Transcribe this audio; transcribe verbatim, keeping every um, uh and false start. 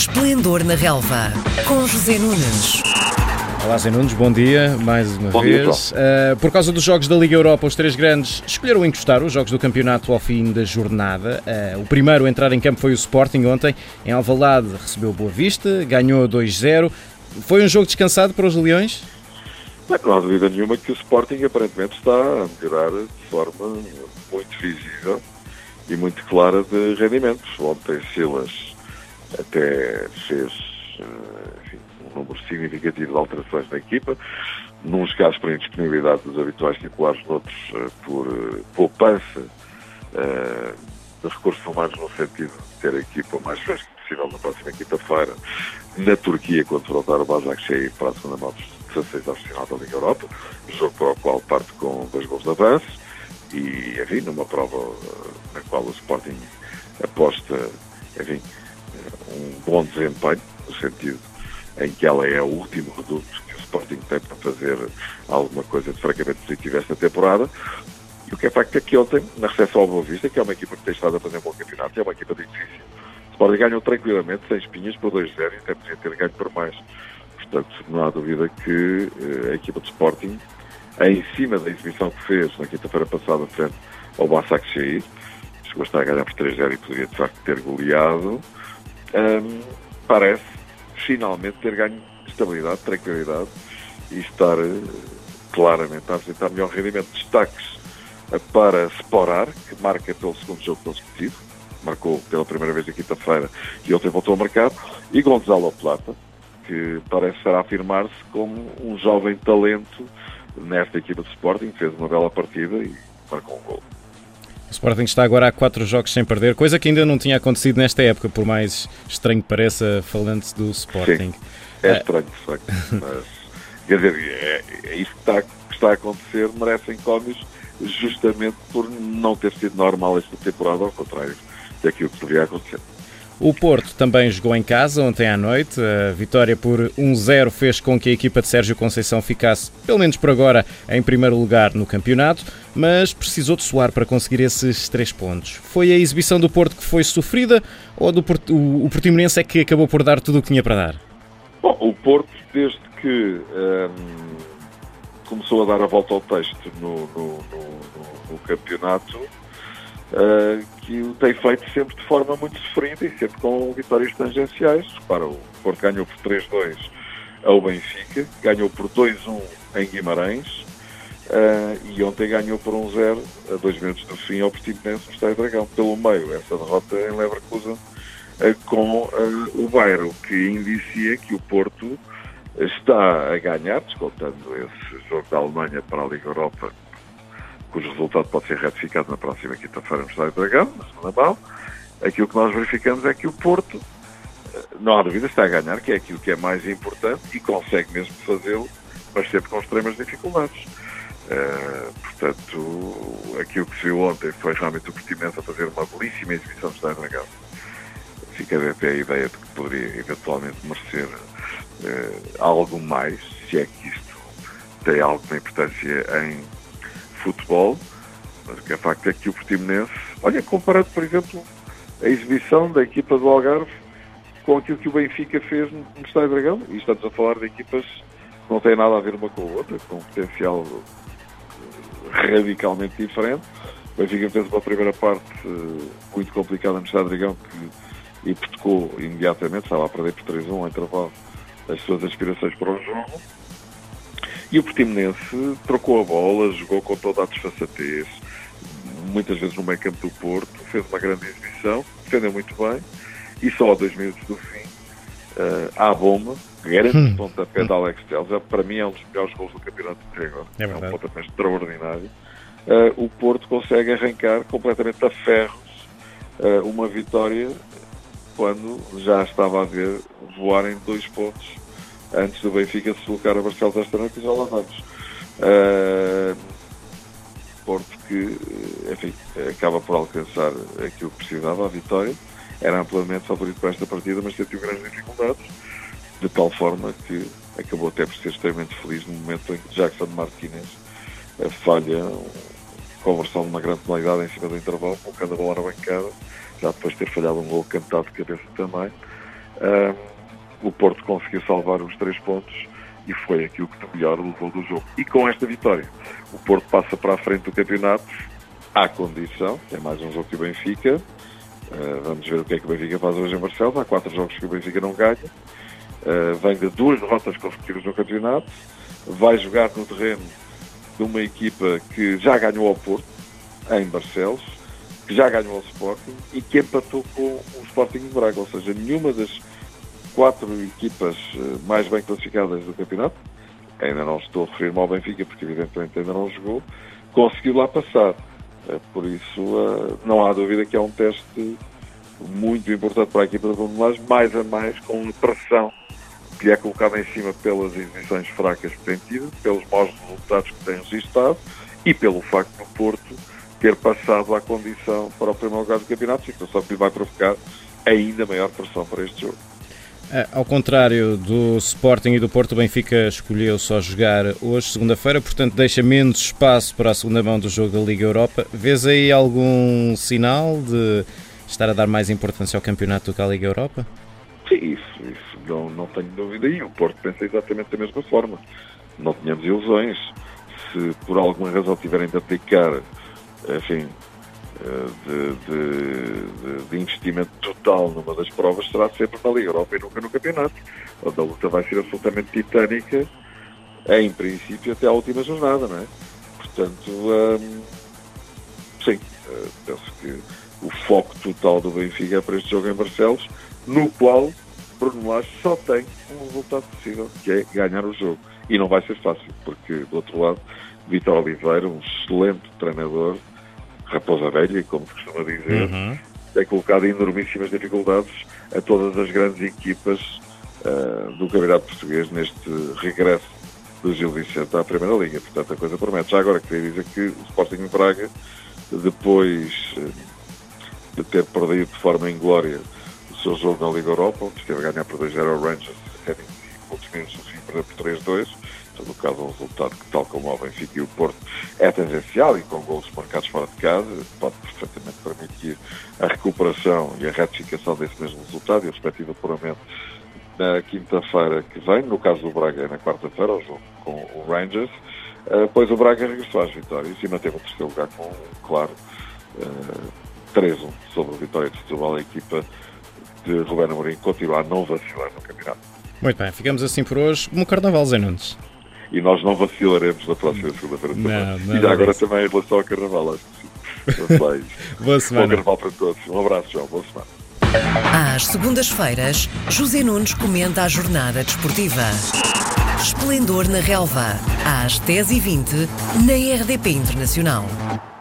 Esplendor na Relva, com José Nunes. Olá, Zé Nunes, bom dia, mais uma bom vez. Dia, uh, por causa dos jogos da Liga Europa, os três grandes escolheram encostar os jogos do campeonato ao fim da jornada. Uh, o primeiro a entrar em campo foi o Sporting ontem. Em Alvalade recebeu o Boa Vista, ganhou dois zero. Foi um jogo descansado para os Leões? Não, não há dúvida nenhuma que o Sporting aparentemente está a melhorar de forma muito visível e muito clara de rendimentos. Ontem Silas até fez enfim, um número significativo de alterações na equipa, nos casos por indisponibilidade dos habituais titulares, noutros por uh, poupança uh, de recursos humanos, no sentido de ter a equipa o mais fresca possível na próxima quinta-feira na Turquia, quando se voltar o Başakşehir para a segunda mão dos dezasseis ao final da Liga Europa, jogo para o qual parte com dois gols de avanço e, enfim, numa prova uh, na qual o Sporting aposta, enfim, um bom desempenho, no sentido em que ela é o último reduto que o Sporting tem para fazer alguma coisa de francamente positivo esta temporada. E o que é facto é que ontem, na recepção ao Boa Vista, que é uma equipa que tem estado a fazer um bom campeonato, é uma equipa difícil, o Sporting ganhou tranquilamente, sem espinhas, por dois zero, e até podia ter ganho por mais. Portanto, não há dúvida que a equipa do Sporting, em cima da exibição que fez na quinta-feira passada frente ao Başakşehir, chegou a estar a ganhar por três zero e poderia de facto ter goleado, hum, parece finalmente ter ganho estabilidade, tranquilidade e estar uh, claramente a apresentar melhor rendimento. Destaques uh, para Sporar, que marca pelo segundo jogo consecutivo, marcou pela primeira vez na quinta-feira e ontem voltou a marcar, e Gonzalo Plata, que parece estar a afirmar-se como um jovem talento nesta equipa de Sporting, fez uma bela partida e marcou um gol. O Sporting está agora há quatro jogos sem perder, coisa que ainda não tinha acontecido nesta época, por mais estranho que pareça, falando-se do Sporting. Sim, é estranho, de facto, mas, quer dizer, é, é isso que está, que está a acontecer, merecem cómios justamente por não ter sido normal esta temporada, ao contrário daquilo que poderia acontecer. O Porto também jogou em casa ontem à noite. A vitória por um zero fez com que a equipa de Sérgio Conceição ficasse, pelo menos por agora, em primeiro lugar no campeonato, mas precisou de suar para conseguir esses três pontos. Foi a exibição do Porto que foi sofrida ou do Porto, o, o Portimonense é que acabou por dar tudo o que tinha para dar? Bom, o Porto, desde que hum, começou a dar a volta ao texto no, no, no, no campeonato, Uh, que o tem feito sempre de forma muito sofrida e sempre com vitórias tangenciais. Repara, o Porto ganhou por três dois ao Benfica, ganhou por dois um em Guimarães uh, e ontem ganhou por um zero a dois minutos do fim ao Portimonense no Estádio Dragão. Pelo meio, essa derrota em Leverkusen uh, com uh, o Bayern, o que indicia que o Porto está a ganhar, descontando esse jogo da Alemanha para a Liga Europa, cujo resultado pode ser retificado na próxima quinta-feira no Estádio Dragão, na segunda mão. Aquilo que nós verificamos é que o Porto, não há dúvida, está a ganhar, que é aquilo que é mais importante e consegue mesmo fazê-lo, mas sempre com extremas dificuldades. Uh, portanto, aquilo que se viu ontem foi realmente o Portimonense a fazer uma belíssima exibição no Estádio Dragão. Fica até a ideia de que poderia eventualmente merecer uh, algo mais, se é que isto tem alguma importância em futebol, mas o que é facto é que o Portimonense, olha, comparado, por exemplo, a exibição da equipa do Algarve com aquilo que o Benfica fez no Estádio Dragão, e estamos a falar de equipas que não têm nada a ver uma com a outra, com um potencial radicalmente diferente. O Benfica fez uma primeira parte muito complicada no Estádio Dragão, que hipotecou imediatamente, estava a perder por três a um ao intervalo, as suas aspirações para o jogo. E o Portimonense trocou a bola, jogou com toda a desfaçatez, muitas vezes no meio campo do Porto, fez uma grande exibição, defendeu muito bem, e só a dois minutos do fim, uh, à bomba, grande hum. pontapé de Alex Telles, para mim é um dos melhores gols do campeonato de agora, é, é um pontapé extraordinário. Uh, o Porto consegue arrancar completamente a ferros uh, uma vitória quando já estava a ver voarem dois pontos antes do Benfica se colocar a Barcelos esta noite, e já lá vamos. Uh, Porto que, enfim, acaba por alcançar aquilo que precisava, a vitória, era amplamente favorito para esta partida, mas sentiu grandes dificuldades, de tal forma que acabou até por ser extremamente feliz no momento em que Jackson Martínez uh, falha conversão de uma grande penalidade em cima do intervalo, colocando a bola na bancada, já depois de ter falhado um gol cantado de cabeça também. uh, o Porto conseguiu salvar os três pontos e foi aquilo que de melhor levou do jogo. E com esta vitória, o Porto passa para a frente do campeonato, à condição, tem mais um jogo que o Benfica, uh, vamos ver o que é que o Benfica faz hoje em Barcelos, há quatro jogos que o Benfica não ganha, uh, vem de duas derrotas consecutivas no campeonato, vai jogar no terreno de uma equipa que já ganhou ao Porto, em Barcelos, que já ganhou ao Sporting e que empatou com o Sporting de Braga, ou seja, nenhuma das quatro equipas mais bem classificadas do campeonato, ainda não estou a referir-me ao Benfica, porque evidentemente ainda não jogou, conseguiu lá passar. Por isso, não há dúvida que é um teste muito importante para a equipa de Bruno Lage, mais a mais com a pressão que lhe é colocada em cima pelas exibições fracas que tem tido, pelos maus resultados que tem registrado e pelo facto do Porto ter passado à condição para o primeiro lugar do campeonato, situação que lhe vai provocar ainda maior pressão para este jogo. Ao contrário do Sporting e do Porto, o Benfica escolheu só jogar hoje, segunda-feira, portanto deixa menos espaço para a segunda mão do jogo da Liga Europa. Vês aí algum sinal de estar a dar mais importância ao campeonato do que à Liga Europa? Sim, isso, isso não, não tenho dúvida. E o Porto pensa exatamente da mesma forma. Não tínhamos ilusões. Se por alguma razão tiverem de aplicar, enfim, De, de, de investimento total numa das provas, será sempre na Liga Europa e nunca no campeonato, onde a luta vai ser absolutamente titânica, em princípio até à última jornada, não é? Portanto, hum, sim, penso que o foco total do Benfica é para este jogo em Barcelos, no qual Bruno Lage só tem um resultado possível, que é ganhar o jogo, e não vai ser fácil, porque do outro lado Vítor Oliveira, um excelente treinador, Raposa Velha, como se costuma dizer, uhum. é colocado em enormíssimas dificuldades a todas as grandes equipas uh, do campeonato português neste regresso do Gil Vicente à Primeira Liga. Portanto, a coisa promete. Já agora queria dizer que o Sporting de Braga, depois uh, de ter perdido de forma inglória o seu jogo na Liga Europa, onde esteve a ganhar por dois a zero ao Rangers, setenta e cinco pontos menos, no fim perder por três a dois, no caso, um resultado que, tal como o Benfica e o Porto, é tangencial e com golos marcados fora de casa, pode perfeitamente permitir a recuperação e a retificação desse mesmo resultado e o respectivo apuramento na quinta-feira que vem, no caso do Braga na quarta-feira, ao jogo com o Rangers, uh, pois o Braga regressou às vitórias e manteve o terceiro lugar com, claro, uh, três a um sobre a vitória de Setúbal. A equipa de Ruben Amorim continua a não vacilar no campeonato. Muito bem, ficamos assim por hoje, como o Carnaval, Zé Nunes. E nós não vacilaremos na próxima segunda-feira também. E já agora também em relação ao Carnaval, acho que sim. Boa semana. Bom Carnaval para todos. Um abraço, João. Boa semana. Às segundas-feiras, José Nunes comenta a jornada desportiva. Esplendor na Relva, às dez e vinte, na R D P Internacional.